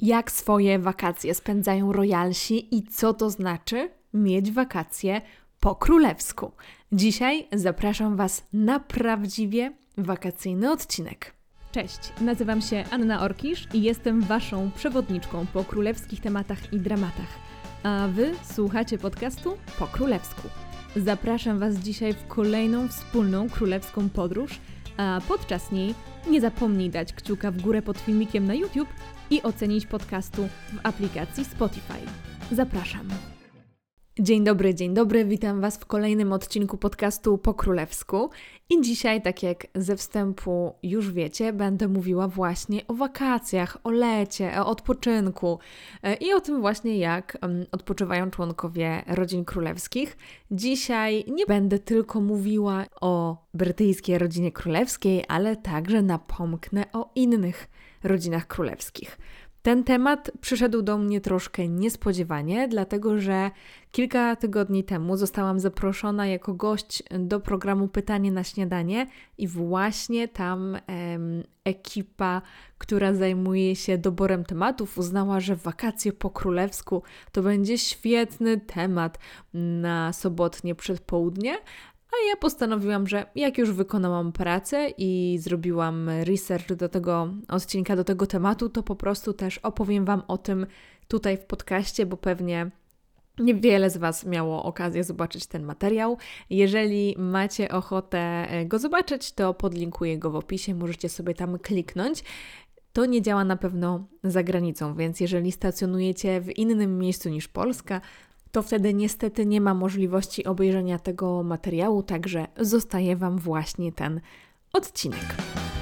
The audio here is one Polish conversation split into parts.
Jak swoje wakacje spędzają royalsi i co to znaczy mieć wakacje po królewsku. Dzisiaj zapraszam Was na prawdziwie wakacyjny odcinek. Cześć, nazywam się Anna Orkisz i jestem Waszą przewodniczką po królewskich tematach i dramatach. A Wy słuchacie podcastu Po Królewsku. Zapraszam Was dzisiaj w kolejną wspólną królewską podróż, a podczas niej nie zapomnij dać kciuka w górę pod filmikiem na YouTube i ocenić podcastu w aplikacji Spotify. Zapraszam. Dzień dobry, witam Was w kolejnym odcinku podcastu Po Królewsku i dzisiaj, tak jak ze wstępu już wiecie, będę mówiła właśnie o wakacjach, o lecie, o odpoczynku i o tym właśnie, jak odpoczywają członkowie rodzin królewskich. Dzisiaj nie będę tylko mówiła o brytyjskiej rodzinie królewskiej, ale także napomknę o innych rodzinach królewskich. Ten temat przyszedł do mnie troszkę niespodziewanie, dlatego że kilka tygodni temu zostałam zaproszona jako gość do programu Pytanie na śniadanie i właśnie tam ekipa, która zajmuje się doborem tematów, uznała, że wakacje po królewsku to będzie świetny temat na sobotnie przedpołudnie. A ja postanowiłam, że jak już wykonałam pracę i zrobiłam research do tego odcinka, do tego tematu, to po prostu też opowiem Wam o tym tutaj w podcaście, bo pewnie niewiele z Was miało okazję zobaczyć ten materiał. Jeżeli macie ochotę go zobaczyć, to podlinkuję go w opisie, możecie sobie tam kliknąć. To nie działa na pewno za granicą, więc jeżeli stacjonujecie w innym miejscu niż Polska, to wtedy niestety nie ma możliwości obejrzenia tego materiału, także zostaje Wam właśnie ten odcinek.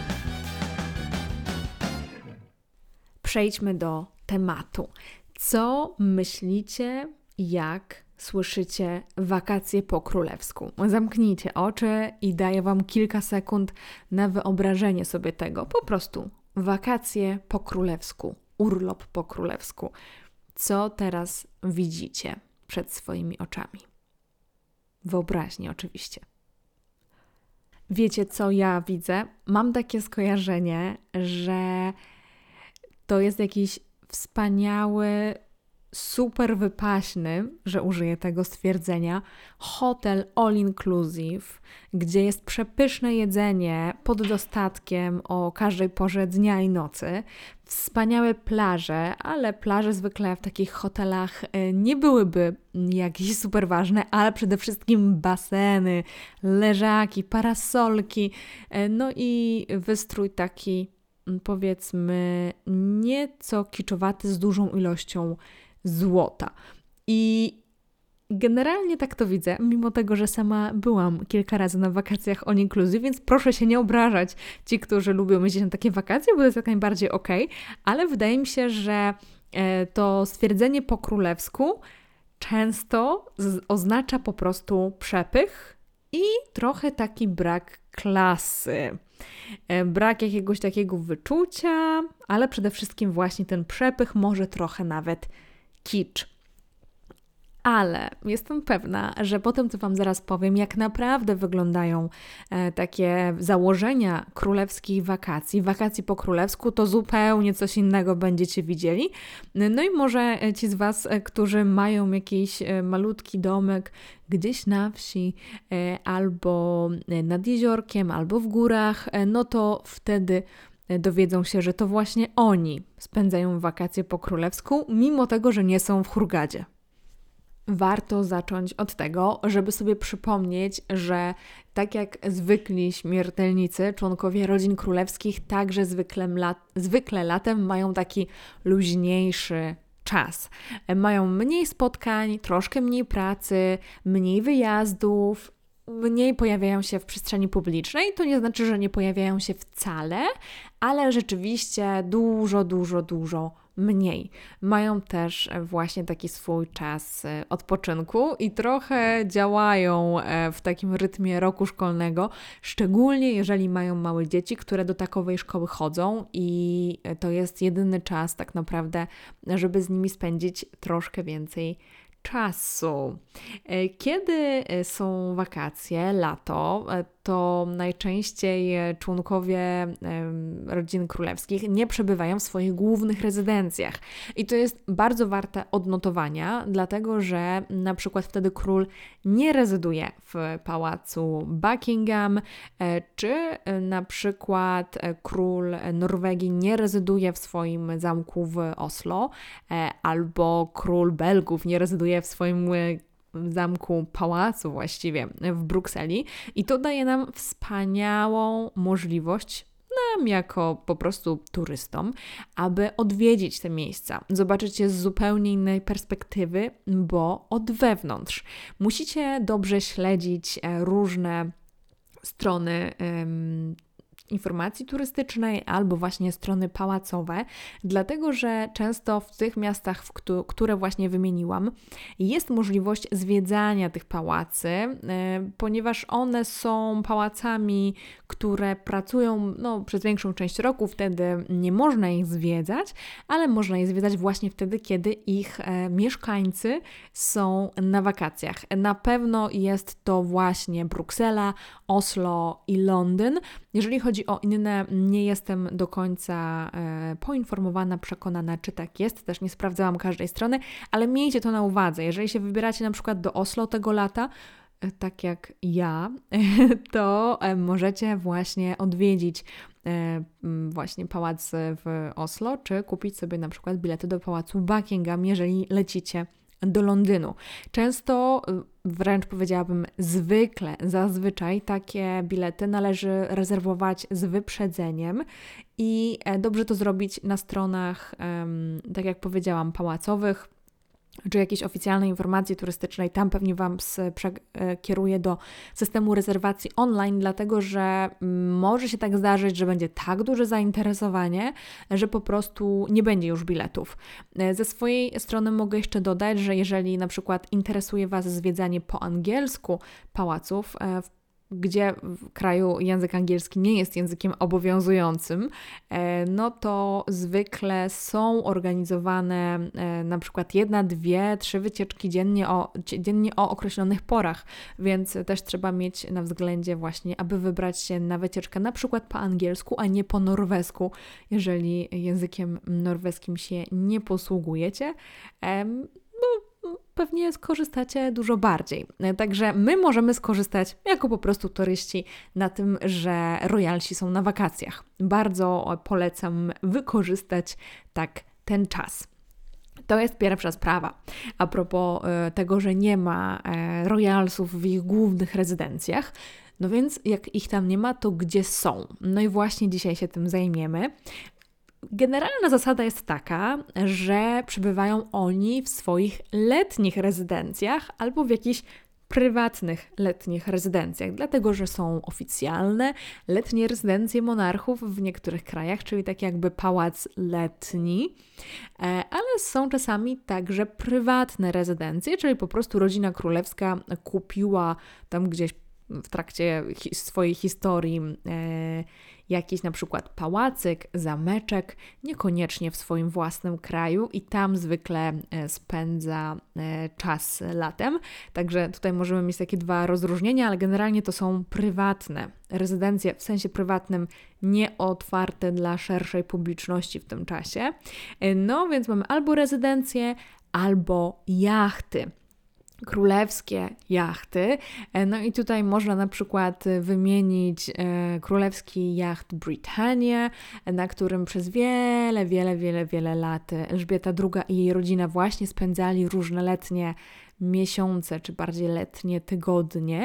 Przejdźmy do tematu. Co myślicie, jak słyszycie wakacje po królewsku? Zamknijcie oczy i daję Wam kilka sekund na wyobrażenie sobie tego. Po prostu wakacje po królewsku, urlop po królewsku. Co teraz widzicie przed swoimi oczami? Wyobraźnie oczywiście. Wiecie, co ja widzę? Mam takie skojarzenie, że to jest jakiś wspaniały, super wypaśny, że użyję tego stwierdzenia, hotel all inclusive, gdzie jest przepyszne jedzenie pod dostatkiem o każdej porze dnia i nocy, wspaniałe plaże, ale plaże zwykle w takich hotelach nie byłyby jakieś super ważne, ale przede wszystkim baseny, leżaki, parasolki, no i wystrój taki, powiedzmy, nieco kiczowaty z dużą ilością złota. I generalnie tak to widzę, mimo tego, że sama byłam kilka razy na wakacjach all inclusive, więc proszę się nie obrażać ci, którzy lubią jeździć na takie wakacje, bo to jest jak najbardziej okej, ale wydaje mi się, że to stwierdzenie po królewsku często oznacza po prostu przepych i trochę taki brak klasy. Brak jakiegoś takiego wyczucia, ale przede wszystkim właśnie ten przepych, może trochę nawet kicz. Ale jestem pewna, że po tym, co Wam zaraz powiem, jak naprawdę wyglądają takie założenia królewskich wakacji po królewsku, to zupełnie coś innego będziecie widzieli. No i może ci z Was, którzy mają jakiś malutki domek gdzieś na wsi, albo nad jeziorkiem, albo w górach, no to wtedy dowiedzą się, że to właśnie oni spędzają wakacje po królewsku, mimo tego, że nie są w Hurgadzie. Warto zacząć od tego, żeby sobie przypomnieć, że tak jak zwykli śmiertelnicy, członkowie rodzin królewskich, także zwykle latem mają taki luźniejszy czas. Mają mniej spotkań, troszkę mniej pracy, mniej wyjazdów, mniej pojawiają się w przestrzeni publicznej. To nie znaczy, że nie pojawiają się wcale, ale rzeczywiście dużo mniej. Mają też właśnie taki swój czas odpoczynku i trochę działają w takim rytmie roku szkolnego, szczególnie jeżeli mają małe dzieci, które do takowej szkoły chodzą i to jest jedyny czas tak naprawdę, żeby z nimi spędzić troszkę więcej czasu. Kiedy są wakacje, lato, to najczęściej członkowie rodzin królewskich nie przebywają w swoich głównych rezydencjach. I to jest bardzo warte odnotowania, dlatego że na przykład wtedy król nie rezyduje w pałacu Buckingham, czy na przykład król Norwegii nie rezyduje w swoim zamku w Oslo, albo król Belgów nie rezyduje w swoim zamku, pałacu właściwie w Brukseli. I to daje nam wspaniałą możliwość, nam jako po prostu turystom, aby odwiedzić te miejsca, zobaczyć je z zupełnie innej perspektywy, bo od wewnątrz. Musicie dobrze śledzić różne strony informacji turystycznej albo właśnie strony pałacowe, dlatego że często w tych miastach, które właśnie wymieniłam, jest możliwość zwiedzania tych pałacy, ponieważ one są pałacami, które pracują przez większą część roku, wtedy nie można ich zwiedzać, ale można je zwiedzać właśnie wtedy, kiedy ich mieszkańcy są na wakacjach. Na pewno jest to właśnie Bruksela, Oslo i Londyn. Jeżeli chodzi o inne, nie jestem do końca poinformowana, przekonana, czy tak jest. Też nie sprawdzałam każdej strony, ale miejcie to na uwadze. Jeżeli się wybieracie na przykład do Oslo tego lata, tak jak ja, to możecie właśnie odwiedzić właśnie pałac w Oslo, czy kupić sobie na przykład bilety do pałacu Buckingham, jeżeli lecicie do Londynu. Często, wręcz powiedziałabym zazwyczaj takie bilety należy rezerwować z wyprzedzeniem i dobrze to zrobić na stronach, tak jak powiedziałam, pałacowych, czy jakiejś oficjalnej informacji turystycznej, tam pewnie Wam kieruje do systemu rezerwacji online, dlatego że może się tak zdarzyć, że będzie tak duże zainteresowanie, że po prostu nie będzie już biletów. Ze swojej strony mogę jeszcze dodać, że jeżeli na przykład interesuje Was zwiedzanie po angielsku pałaców, gdzie w kraju język angielski nie jest językiem obowiązującym, no to zwykle są organizowane na przykład 1, 2, 3 wycieczki dziennie o określonych porach, więc też trzeba mieć na względzie właśnie, aby wybrać się na wycieczkę na przykład po angielsku, a nie po norwesku, jeżeli językiem norweskim się nie posługujecie. Pewnie skorzystacie dużo bardziej. Także my możemy skorzystać jako po prostu turyści na tym, że royalsi są na wakacjach. Bardzo polecam wykorzystać tak ten czas. To jest pierwsza sprawa. A propos tego, że nie ma royalsów w ich głównych rezydencjach, no więc jak ich tam nie ma, to gdzie są? No i właśnie dzisiaj się tym zajmiemy. Generalna zasada jest taka, że przebywają oni w swoich letnich rezydencjach albo w jakichś prywatnych letnich rezydencjach, dlatego że są oficjalne letnie rezydencje monarchów w niektórych krajach, czyli tak jakby pałac letni, ale są czasami także prywatne rezydencje, czyli po prostu rodzina królewska kupiła tam gdzieś w trakcie swojej historii jakiś na przykład pałacyk, zameczek, niekoniecznie w swoim własnym kraju i tam zwykle spędza czas latem. Także tutaj możemy mieć takie dwa rozróżnienia, ale generalnie to są prywatne rezydencje, w sensie prywatnym, nie otwarte dla szerszej publiczności w tym czasie. No więc mamy albo rezydencje, albo jachty. Królewskie jachty. No i tutaj można na przykład wymienić królewski jacht Britannia, na którym przez wiele lat Elżbieta II i jej rodzina właśnie spędzali różne letnie miesiące, czy bardziej letnie tygodnie.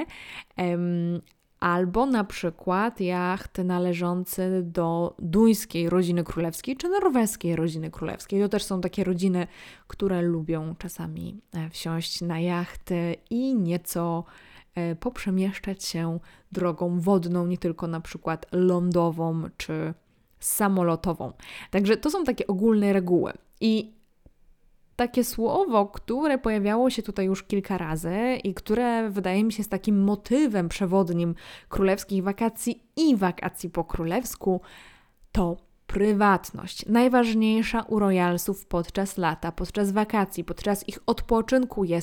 Albo na przykład jacht należący do duńskiej rodziny królewskiej czy norweskiej rodziny królewskiej. To też są takie rodziny, które lubią czasami wsiąść na jachty i nieco poprzemieszczać się drogą wodną, nie tylko na przykład lądową czy samolotową. Także to są takie ogólne reguły. I takie słowo, które pojawiało się tutaj już kilka razy i które wydaje mi się jest takim motywem przewodnim królewskich wakacji i wakacji po królewsku, to prywatność. Najważniejsza u royalsów podczas lata, podczas wakacji, podczas ich odpoczynku jest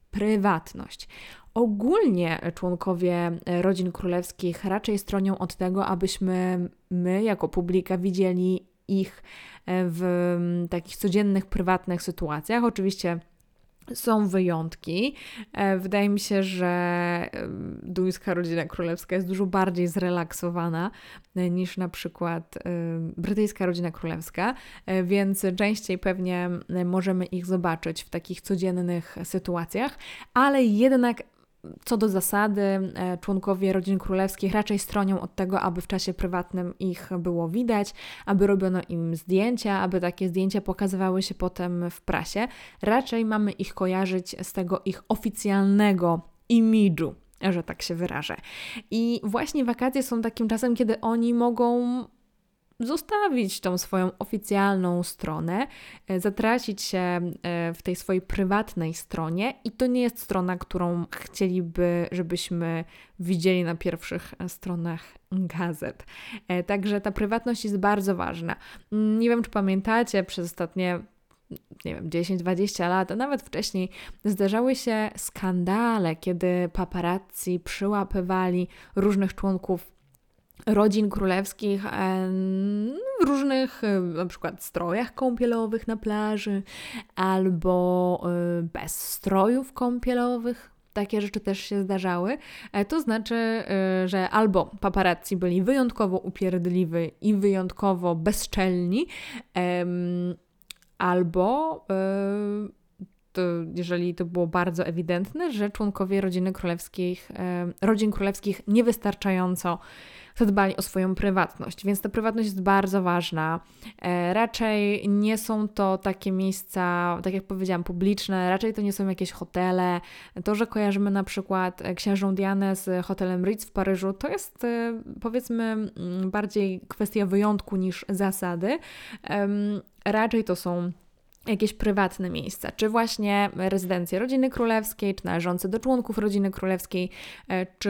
prywatność. Ogólnie członkowie rodzin królewskich raczej stronią od tego, abyśmy my jako publika widzieli ich w takich codziennych, prywatnych sytuacjach. Oczywiście są wyjątki. Wydaje mi się, że duńska rodzina królewska jest dużo bardziej zrelaksowana niż na przykład brytyjska rodzina królewska, więc częściej pewnie możemy ich zobaczyć w takich codziennych sytuacjach, ale jednak co do zasady, członkowie rodzin królewskich raczej stronią od tego, aby w czasie prywatnym ich było widać, aby robiono im zdjęcia, aby takie zdjęcia pokazywały się potem w prasie. Raczej mamy ich kojarzyć z tego ich oficjalnego imidżu, że tak się wyrażę. I właśnie wakacje są takim czasem, kiedy oni mogą zostawić tą swoją oficjalną stronę, zatracić się w tej swojej prywatnej stronie i to nie jest strona, którą chcieliby, żebyśmy widzieli na pierwszych stronach gazet. Także ta prywatność jest bardzo ważna. Nie wiem, czy pamiętacie, przez ostatnie 10-20 lat, a nawet wcześniej zdarzały się skandale, kiedy paparazzi przyłapywali różnych członków rodzin królewskich w różnych na przykład strojach kąpielowych na plaży albo bez strojów kąpielowych. Takie rzeczy też się zdarzały. To znaczy, że albo paparazzi byli wyjątkowo upierdliwi i wyjątkowo bezczelni, albo jeżeli to było bardzo ewidentne, że członkowie rodzin królewskich niewystarczająco zadbali o swoją prywatność, więc ta prywatność jest bardzo ważna. Raczej nie są to takie miejsca, tak jak powiedziałam, publiczne, raczej to nie są jakieś hotele. To, że kojarzymy na przykład księżną Dianę z hotelem Ritz w Paryżu, to jest powiedzmy bardziej kwestia wyjątku niż zasady. Raczej to są jakieś prywatne miejsca, czy właśnie rezydencje rodziny królewskiej, czy należące do członków rodziny królewskiej, czy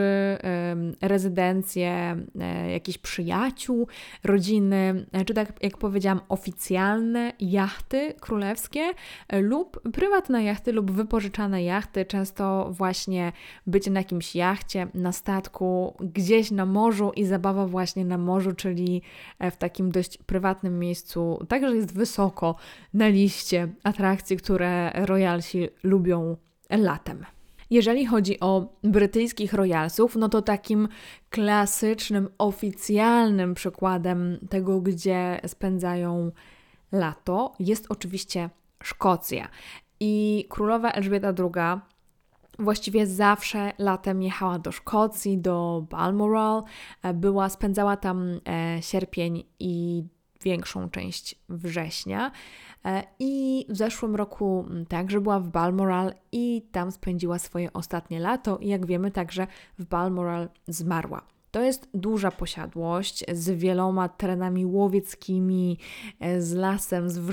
rezydencje jakichś przyjaciół rodziny, czy tak jak powiedziałam, oficjalne jachty królewskie lub prywatne jachty lub wypożyczane jachty, często właśnie bycie na jakimś jachcie, na statku, gdzieś na morzu i zabawa właśnie na morzu, czyli w takim dość prywatnym miejscu, także jest wysoko na liście atrakcji, które royalsi lubią latem. Jeżeli chodzi o brytyjskich royalsów, no to takim klasycznym, oficjalnym przykładem tego, gdzie spędzają lato, jest oczywiście Szkocja. I królowa Elżbieta II właściwie zawsze latem jechała do Szkocji, do Balmoral, spędzała tam sierpień i większą część września. I w zeszłym roku także była w Balmoral i tam spędziła swoje ostatnie lato i jak wiemy także w Balmoral zmarła. To jest duża posiadłość z wieloma terenami łowieckimi, z lasem, z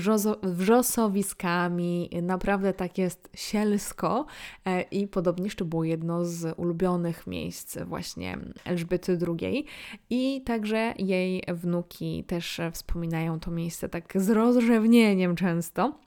wrzosowiskami. Naprawdę tak jest sielsko i podobnież to było jedno z ulubionych miejsc właśnie Elżbiety II. I także jej wnuki też wspominają to miejsce tak z rozrzewnieniem często.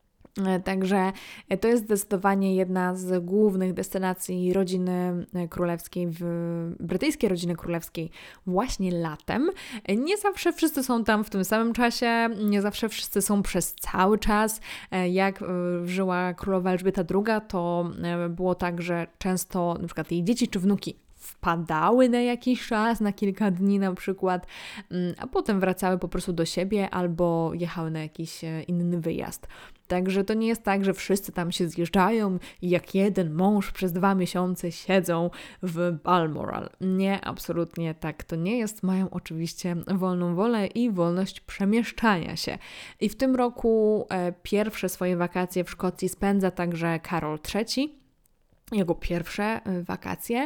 Także to jest zdecydowanie jedna z głównych destynacji rodziny królewskiej, brytyjskiej rodziny królewskiej właśnie latem. Nie zawsze wszyscy są tam w tym samym czasie, nie zawsze wszyscy są przez cały czas. Jak żyła królowa Elżbieta II, to było tak, że często na przykład jej dzieci czy wnuki wpadały na jakiś czas, na kilka dni na przykład, a potem wracały po prostu do siebie albo jechały na jakiś inny wyjazd. Także to nie jest tak, że wszyscy tam się zjeżdżają i jak jeden mąż przez 2 miesiące siedzą w Balmoral. Nie, absolutnie tak to nie jest. Mają oczywiście wolną wolę i wolność przemieszczania się. I w tym roku pierwsze swoje wakacje w Szkocji spędza także Karol III. Jego pierwsze wakacje,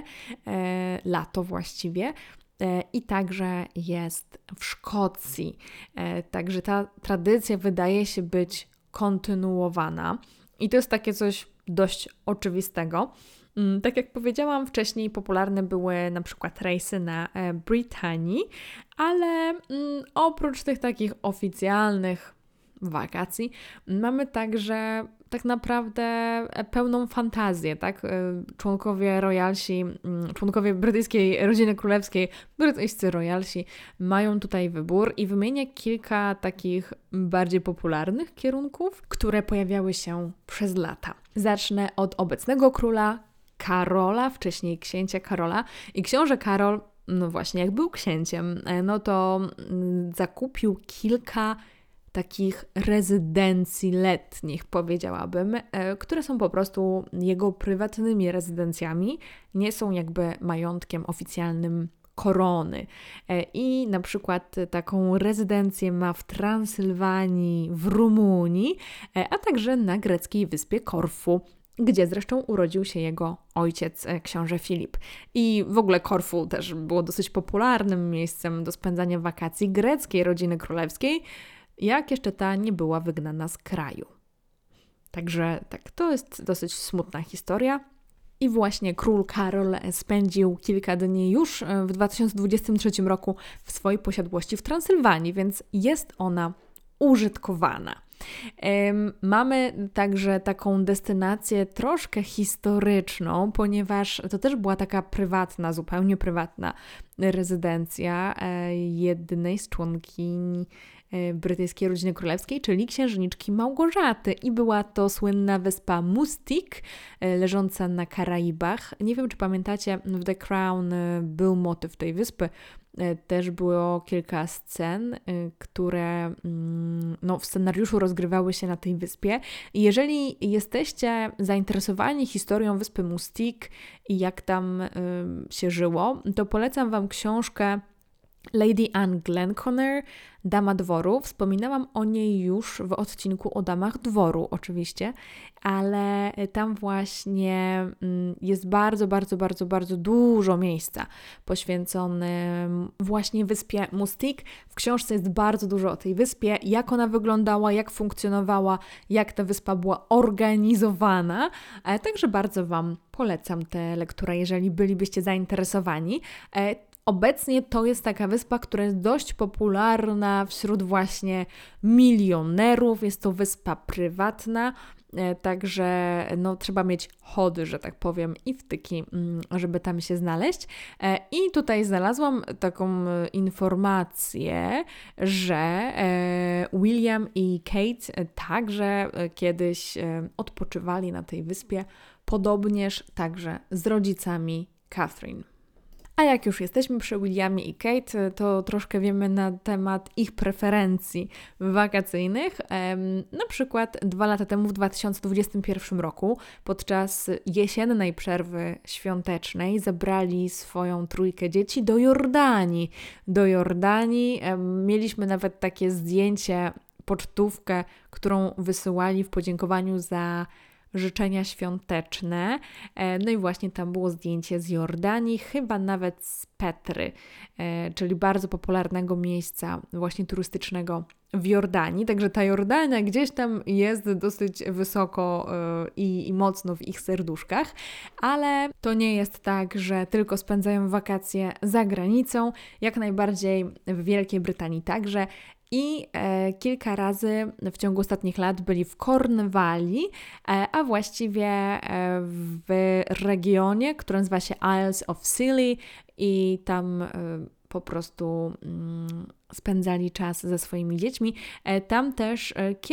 lato właściwie, i także jest w Szkocji. Także ta tradycja wydaje się być kontynuowana i to jest takie coś dość oczywistego. Tak jak powiedziałam wcześniej, popularne były na przykład rejsy na Brytanii, ale oprócz tych takich oficjalnych wakacji. Mamy także tak naprawdę pełną fantazję, tak? Członkowie royalsi, członkowie brytyjskiej rodziny królewskiej, brytyjscy royalsi mają tutaj wybór i wymienię kilka takich bardziej popularnych kierunków, które pojawiały się przez lata. Zacznę od obecnego króla Karola, wcześniej księcia Karola i książę Karol, no właśnie jak był księciem, no to zakupił kilka takich rezydencji letnich, powiedziałabym, które są po prostu jego prywatnymi rezydencjami, nie są jakby majątkiem oficjalnym korony. I na przykład taką rezydencję ma w Transylwanii, w Rumunii, a także na greckiej wyspie Korfu, gdzie zresztą urodził się jego ojciec, książę Filip. I w ogóle Korfu też było dosyć popularnym miejscem do spędzania wakacji greckiej rodziny królewskiej, jak jeszcze ta nie była wygnana z kraju. Także tak, to jest dosyć smutna historia. I właśnie król Karol spędził kilka dni już w 2023 roku w swojej posiadłości w Transylwanii, więc jest ona użytkowana. Mamy także taką destynację troszkę historyczną, ponieważ to też była taka prywatna, zupełnie prywatna rezydencja jednej z członkiń brytyjskiej rodziny królewskiej, czyli księżniczki Małgorzaty. I była to słynna wyspa Mustik, leżąca na Karaibach. Nie wiem, czy pamiętacie, w The Crown był motyw tej wyspy. Też było kilka scen, które w scenariuszu rozgrywały się na tej wyspie. I jeżeli jesteście zainteresowani historią wyspy Mustik i jak tam się żyło, to polecam Wam książkę Lady Anne Glenconner, Dama Dworu. Wspominałam o niej już w odcinku o Damach Dworu oczywiście, ale tam właśnie jest bardzo, bardzo, bardzo, bardzo dużo miejsca poświęcone właśnie wyspie Mustik. W książce jest bardzo dużo o tej wyspie, jak ona wyglądała, jak funkcjonowała, jak ta wyspa była organizowana. Także bardzo Wam polecam tę lekturę, jeżeli bylibyście zainteresowani. Obecnie to jest taka wyspa, która jest dość popularna wśród właśnie milionerów. Jest to wyspa prywatna, także trzeba mieć chody, że tak powiem, i wtyki, żeby tam się znaleźć. I tutaj znalazłam taką informację, że William i Kate także kiedyś odpoczywali na tej wyspie, podobnież także z rodzicami Catherine. A jak już jesteśmy przy Williamie i Kate, to troszkę wiemy na temat ich preferencji wakacyjnych. Na przykład 2 lata temu, w 2021 roku, podczas jesiennej przerwy świątecznej, zabrali swoją trójkę dzieci do Jordanii. Mieliśmy nawet takie zdjęcie, pocztówkę, którą wysyłali w podziękowaniu za życzenia świąteczne. No i właśnie tam było zdjęcie z Jordanii, chyba nawet z Petry, czyli bardzo popularnego miejsca właśnie turystycznego w Jordanii. Także ta Jordania gdzieś tam jest dosyć wysoko i mocno w ich serduszkach, ale to nie jest tak, że tylko spędzają wakacje za granicą. Jak najbardziej w Wielkiej Brytanii także. I kilka razy w ciągu ostatnich lat byli w Kornwalii, a właściwie w regionie, który nazywa się Isles of Scilly i tam po prostu spędzali czas ze swoimi dziećmi. Tam też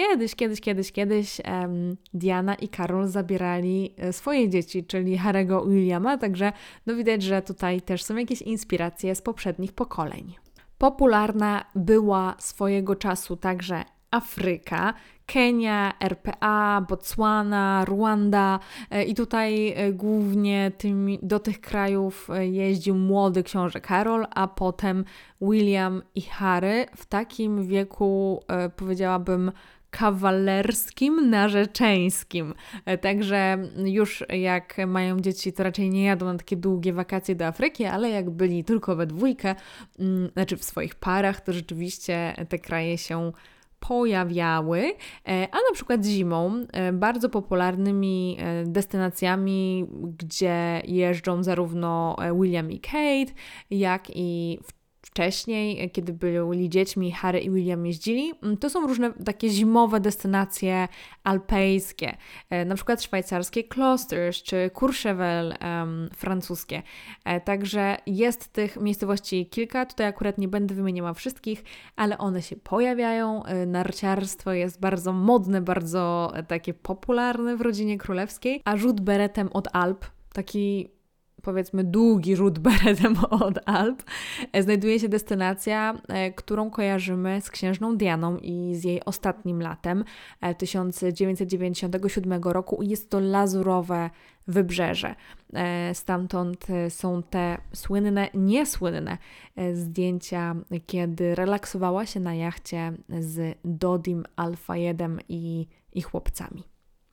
kiedyś Diana i Karol zabierali swoje dzieci, czyli Harry'ego i Williama, także widać, że tutaj też są jakieś inspiracje z poprzednich pokoleń. Popularna była swojego czasu także Afryka, Kenia, RPA, Botswana, Rwanda i tutaj głównie do tych krajów jeździł młody książę Karol, a potem William i Harry w takim wieku, powiedziałabym, kawalerskim, narzeczeńskim. Także już jak mają dzieci, to raczej nie jadą na takie długie wakacje do Afryki, ale jak byli tylko we dwójkę, znaczy w swoich parach, to rzeczywiście te kraje się pojawiały, a na przykład zimą bardzo popularnymi destynacjami, gdzie jeżdżą zarówno William i Kate, jak i w wcześniej, kiedy byli dziećmi, Harry i William jeździli. To są różne takie zimowe destynacje alpejskie, na przykład szwajcarskie Klosters czy Courchevel francuskie. Także jest tych miejscowości kilka, tutaj akurat nie będę wymieniała wszystkich, ale one się pojawiają. Narciarstwo jest bardzo modne, bardzo takie popularne w rodzinie królewskiej, a rzut beretem od Alp, taki powiedzmy długi rzut beretem od Alp, znajduje się destynacja, którą kojarzymy z księżną Dianą i z jej ostatnim latem 1997 roku. Jest to lazurowe wybrzeże. Stamtąd są te słynne, niesłynne zdjęcia, kiedy relaksowała się na jachcie z Dodim Al-Fayedem i chłopcami.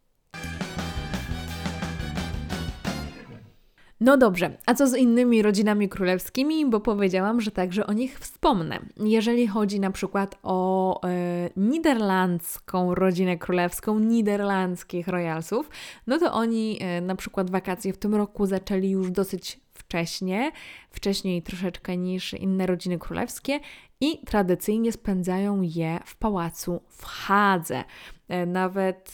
No dobrze, a co z innymi rodzinami królewskimi? Bo powiedziałam, że także o nich wspomnę. Jeżeli chodzi na przykład o niderlandzką rodzinę królewską, niderlandzkich royalsów, no to oni na przykład wakacje w tym roku zaczęli już dosyć wcześniej troszeczkę niż inne rodziny królewskie i tradycyjnie spędzają je w pałacu w Hadze. Nawet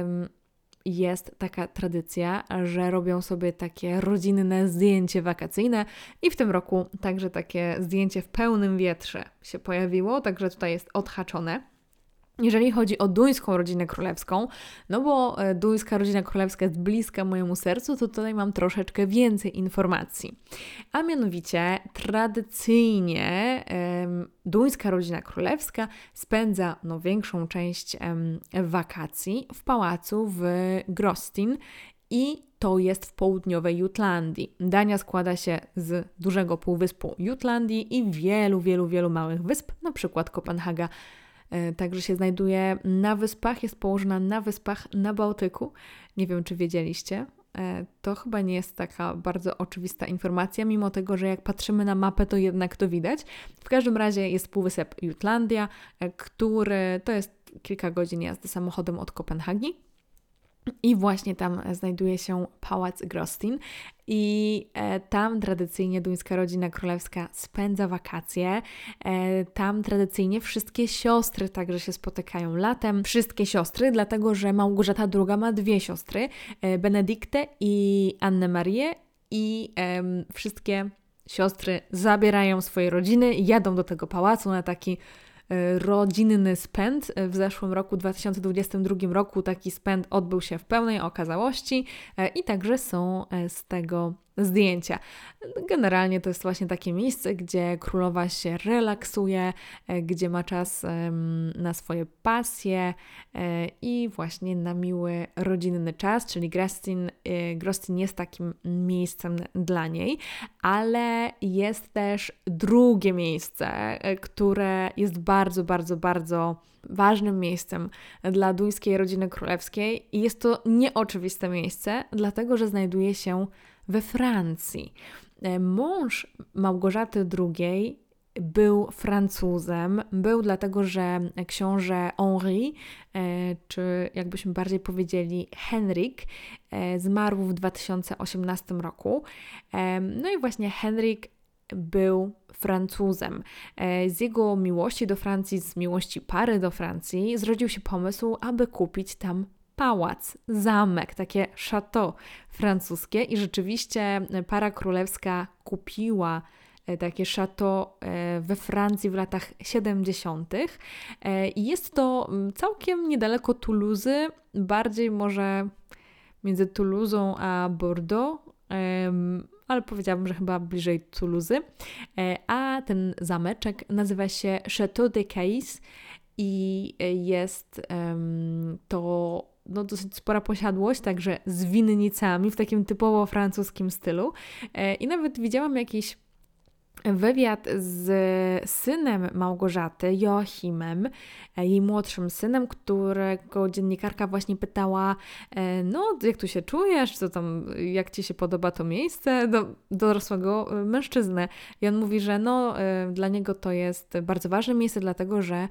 jest taka tradycja, że robią sobie takie rodzinne zdjęcie wakacyjne i w tym roku także takie zdjęcie w pełnym wietrze się pojawiło, także tutaj jest odhaczone. Jeżeli chodzi o duńską rodzinę królewską, no bo duńska rodzina królewska jest bliska mojemu sercu, to tutaj mam troszeczkę więcej informacji. A mianowicie tradycyjnie duńska rodzina królewska spędza większą część wakacji w pałacu w Gråsten i to jest w południowej Jutlandii. Dania składa się z dużego półwyspu Jutlandii i wielu małych wysp, na przykład Kopenhaga. Także się znajduje na wyspach, jest położona na wyspach na Bałtyku. Nie wiem, czy wiedzieliście. To chyba nie jest taka bardzo oczywista informacja, mimo tego, że jak patrzymy na mapę, to jednak to widać. W każdym razie jest półwysep Jutlandia, który to jest kilka godzin jazdy samochodem od Kopenhagi. I właśnie tam znajduje się pałac Gråsten i tam tradycyjnie duńska rodzina królewska spędza wakacje. Tam tradycyjnie wszystkie siostry także się spotykają latem. Wszystkie siostry, dlatego że Małgorzata II ma dwie siostry, Benediktę i Annę Marię i wszystkie siostry zabierają swoje rodziny i jadą do tego pałacu na taki rodzinny spęd. W zeszłym roku, 2022 roku, taki spęd odbył się w pełnej okazałości i także są z tego zdjęcia. Generalnie to jest właśnie takie miejsce, gdzie królowa się relaksuje, gdzie ma czas na swoje pasje i właśnie na miły rodzinny czas, czyli Gråsten jest takim miejscem dla niej, ale jest też drugie miejsce, które jest bardzo ważnym miejscem dla duńskiej rodziny królewskiej i jest to nieoczywiste miejsce, dlatego że znajduje się we Francji. Mąż Małgorzaty II był Francuzem, był dlatego, że książę Henri, czy jakbyśmy bardziej powiedzieli Henryk, zmarł w 2018 roku. No i właśnie Henryk był Francuzem. Z jego miłości do Francji, z miłości pary do Francji zrodził się pomysł, aby kupić tam pałac, zamek, takie château francuskie i rzeczywiście para królewska kupiła takie château we Francji w latach 70. I jest to całkiem niedaleko Toulouse, bardziej może między Toulousą a Bordeaux, ale powiedziałabym, że chyba bliżej Toulouse. A ten zameczek nazywa się Château de Cayes i jest to dosyć spora posiadłość, także z winnicami w takim typowo francuskim stylu. I nawet widziałam jakiś wywiad z synem Małgorzaty, Joachimem, jej młodszym synem, którego dziennikarka właśnie pytała, no jak tu się czujesz, co tam, jak Ci się podoba to miejsce, do dorosłego mężczyznę. I on mówi, że dla niego to jest bardzo ważne miejsce, dlatego że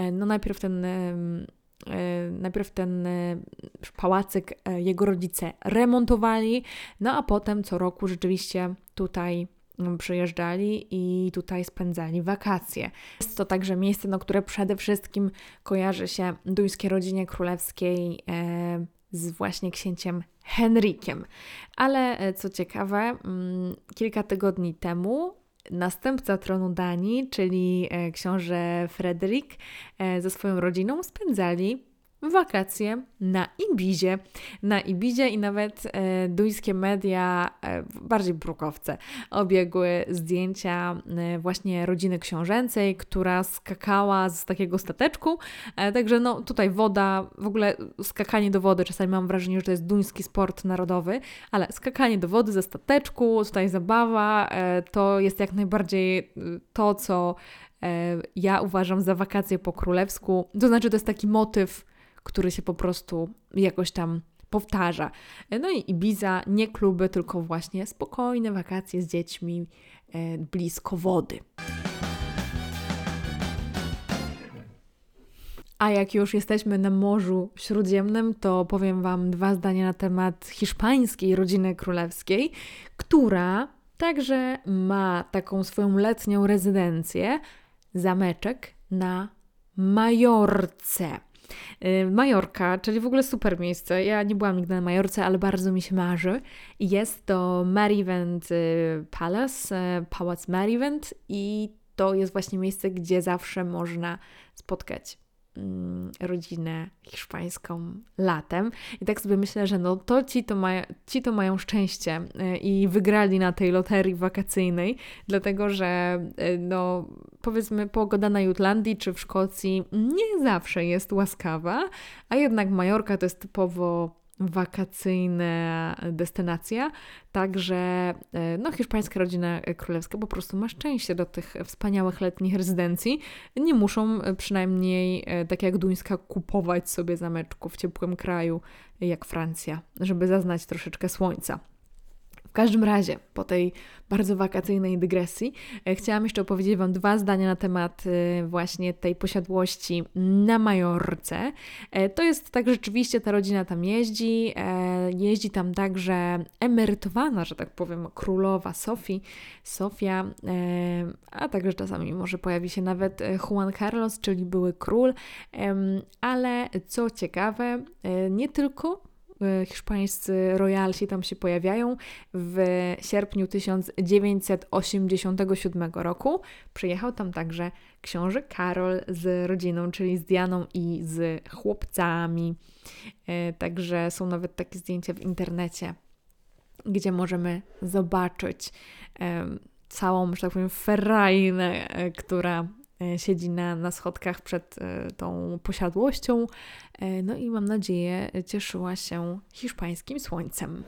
najpierw ten pałacyk jego rodzice remontowali, a potem co roku rzeczywiście tutaj przyjeżdżali i tutaj spędzali wakacje. Jest to także miejsce, które przede wszystkim kojarzy się duńskiej rodzinie królewskiej z właśnie księciem Henrykiem. Ale co ciekawe, kilka tygodni temu następca tronu Danii, czyli książę Fryderyk ze swoją rodziną spędzali wakacje na Ibizie. Na Ibizie i nawet duńskie media, bardziej brukowce, obiegły zdjęcia właśnie rodziny książęcej, która skakała z takiego stateczku. Także tutaj woda, w ogóle skakanie do wody, czasami mam wrażenie, że to jest duński sport narodowy, ale skakanie do wody ze stateczku, tutaj zabawa, to jest jak najbardziej to, co ja uważam za wakacje po królewsku. To znaczy, to jest taki motyw, który się po prostu jakoś tam powtarza. No i Ibiza, nie kluby, tylko właśnie spokojne wakacje z dziećmi blisko wody. A jak już jesteśmy na Morzu Śródziemnym, to powiem Wam 2 zdania na temat hiszpańskiej rodziny królewskiej, która także ma taką swoją letnią rezydencję, zameczek na Majorce. Majorka, czyli w ogóle super miejsce. Ja nie byłam nigdy na Majorce, ale bardzo mi się marzy. Jest to Merivent Palace, Pałac Merivent i to jest właśnie miejsce, gdzie zawsze można spotkać rodzinę hiszpańską latem. I tak sobie myślę, że ci to mają szczęście i wygrali na tej loterii wakacyjnej, dlatego że powiedzmy pogoda na Jutlandii czy w Szkocji nie zawsze jest łaskawa, a jednak Majorka to jest typowo wakacyjna destynacja, także hiszpańska rodzina królewska po prostu ma szczęście do tych wspaniałych letnich rezydencji. Nie muszą przynajmniej, tak jak duńska, kupować sobie zameczku w ciepłym kraju, jak Francja, żeby zaznać troszeczkę słońca. W każdym razie, po tej bardzo wakacyjnej dygresji, chciałam jeszcze opowiedzieć Wam 2 zdania na temat właśnie tej posiadłości na Majorce. To jest tak, że rzeczywiście ta rodzina tam jeździ. Jeździ tam także emerytowana, że tak powiem, królowa Sofia, a także czasami może pojawi się nawet Juan Carlos, czyli były król. Ale co ciekawe, nie tylko hiszpańscy royalsi tam się pojawiają. W sierpniu 1987 roku przyjechał tam także książę Karol z rodziną, czyli z Dianą i z chłopcami. Także są nawet takie zdjęcia w internecie, gdzie możemy zobaczyć całą, że tak powiem, ferajnę, która siedzi na schodkach przed tą posiadłością. No i mam nadzieję, cieszyła się hiszpańskim słońcem.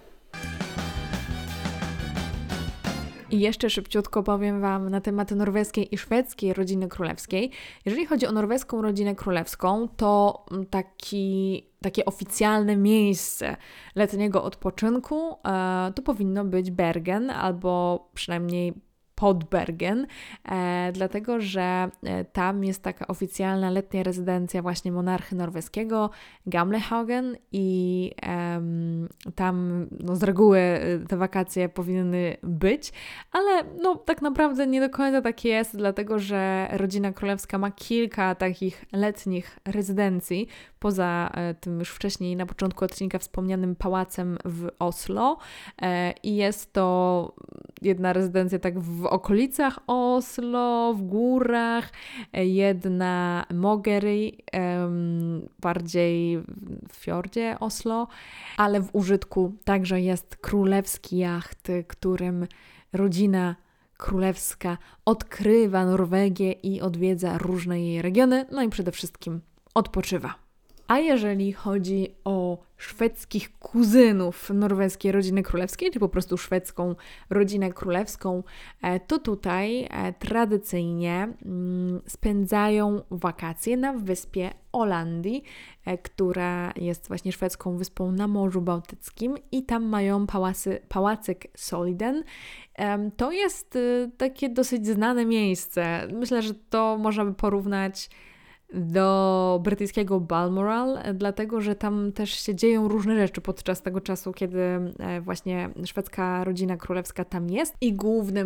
I jeszcze szybciutko powiem Wam na temat norweskiej i szwedzkiej rodziny królewskiej. Jeżeli chodzi o norweską rodzinę królewską, to takie oficjalne miejsce letniego odpoczynku to powinno być Bergen, albo przynajmniej pod Bergen, dlatego że tam jest taka oficjalna letnia rezydencja właśnie monarchy norweskiego, Gamlehagen, i tam z reguły te wakacje powinny być, ale tak naprawdę nie do końca tak jest, dlatego że rodzina królewska ma kilka takich letnich rezydencji, poza tym już wcześniej na początku odcinka wspomnianym pałacem w Oslo, i jest to jedna rezydencja tak w okolicach Oslo, w górach, jedna Mogery, bardziej w fiordzie Oslo, ale w użytku także jest królewski jacht, którym rodzina królewska odkrywa Norwegię i odwiedza różne jej regiony, no i przede wszystkim odpoczywa. A jeżeli chodzi o szwedzkich kuzynów norweskiej rodziny królewskiej, czy po prostu szwedzką rodzinę królewską, to tutaj tradycyjnie spędzają wakacje na wyspie Ålandii, która jest właśnie szwedzką wyspą na Morzu Bałtyckim, i tam mają pałacyk Soliden. To jest takie dosyć znane miejsce. Myślę, że to można by porównać do brytyjskiego Balmoral, dlatego że tam też się dzieją różne rzeczy podczas tego czasu, kiedy właśnie szwedzka rodzina królewska tam jest, i głównym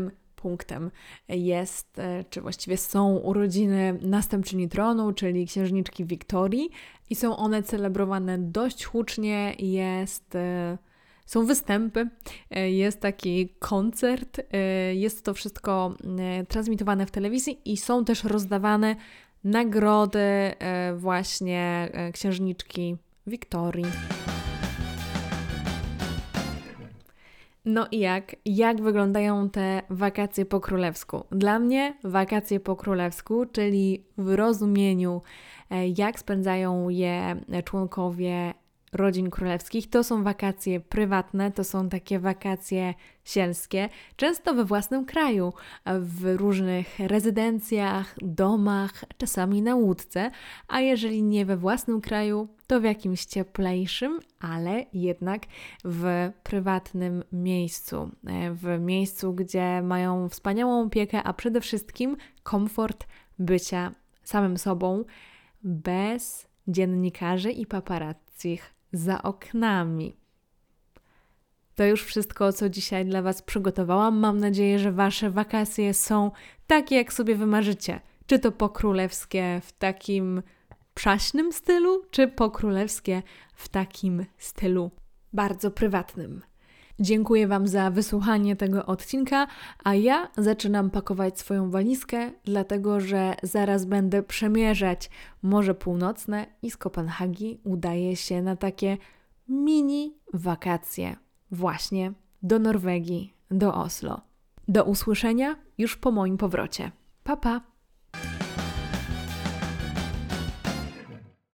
punktem czy właściwie są urodziny następczyni tronu, czyli księżniczki Wiktorii i są one celebrowane dość hucznie, są występy, jest taki koncert, jest to wszystko transmitowane w telewizji i są też rozdawane nagrody właśnie księżniczki Wiktorii. No i jak wyglądają te wakacje po królewsku? Dla mnie wakacje po królewsku, czyli w rozumieniu, jak spędzają je członkowie rodzin królewskich, to są wakacje prywatne, to są takie wakacje sielskie, często we własnym kraju, w różnych rezydencjach, domach, czasami na łódce, a jeżeli nie we własnym kraju, to w jakimś cieplejszym, ale jednak w prywatnym miejscu. W miejscu, gdzie mają wspaniałą opiekę, a przede wszystkim komfort bycia samym sobą, bez dziennikarzy i paparazzich za oknami. To już wszystko, co dzisiaj dla Was przygotowałam. Mam nadzieję, że Wasze wakacje są takie, jak sobie wymarzycie. Czy to pokrólewskie w takim przaśnym stylu, czy pokrólewskie w takim stylu bardzo prywatnym. Dziękuję Wam za wysłuchanie tego odcinka, a ja zaczynam pakować swoją walizkę, dlatego że zaraz będę przemierzać Morze Północne i z Kopenhagi udaję się na takie mini wakacje właśnie do Norwegii, do Oslo. Do usłyszenia już po moim powrocie. Pa, pa!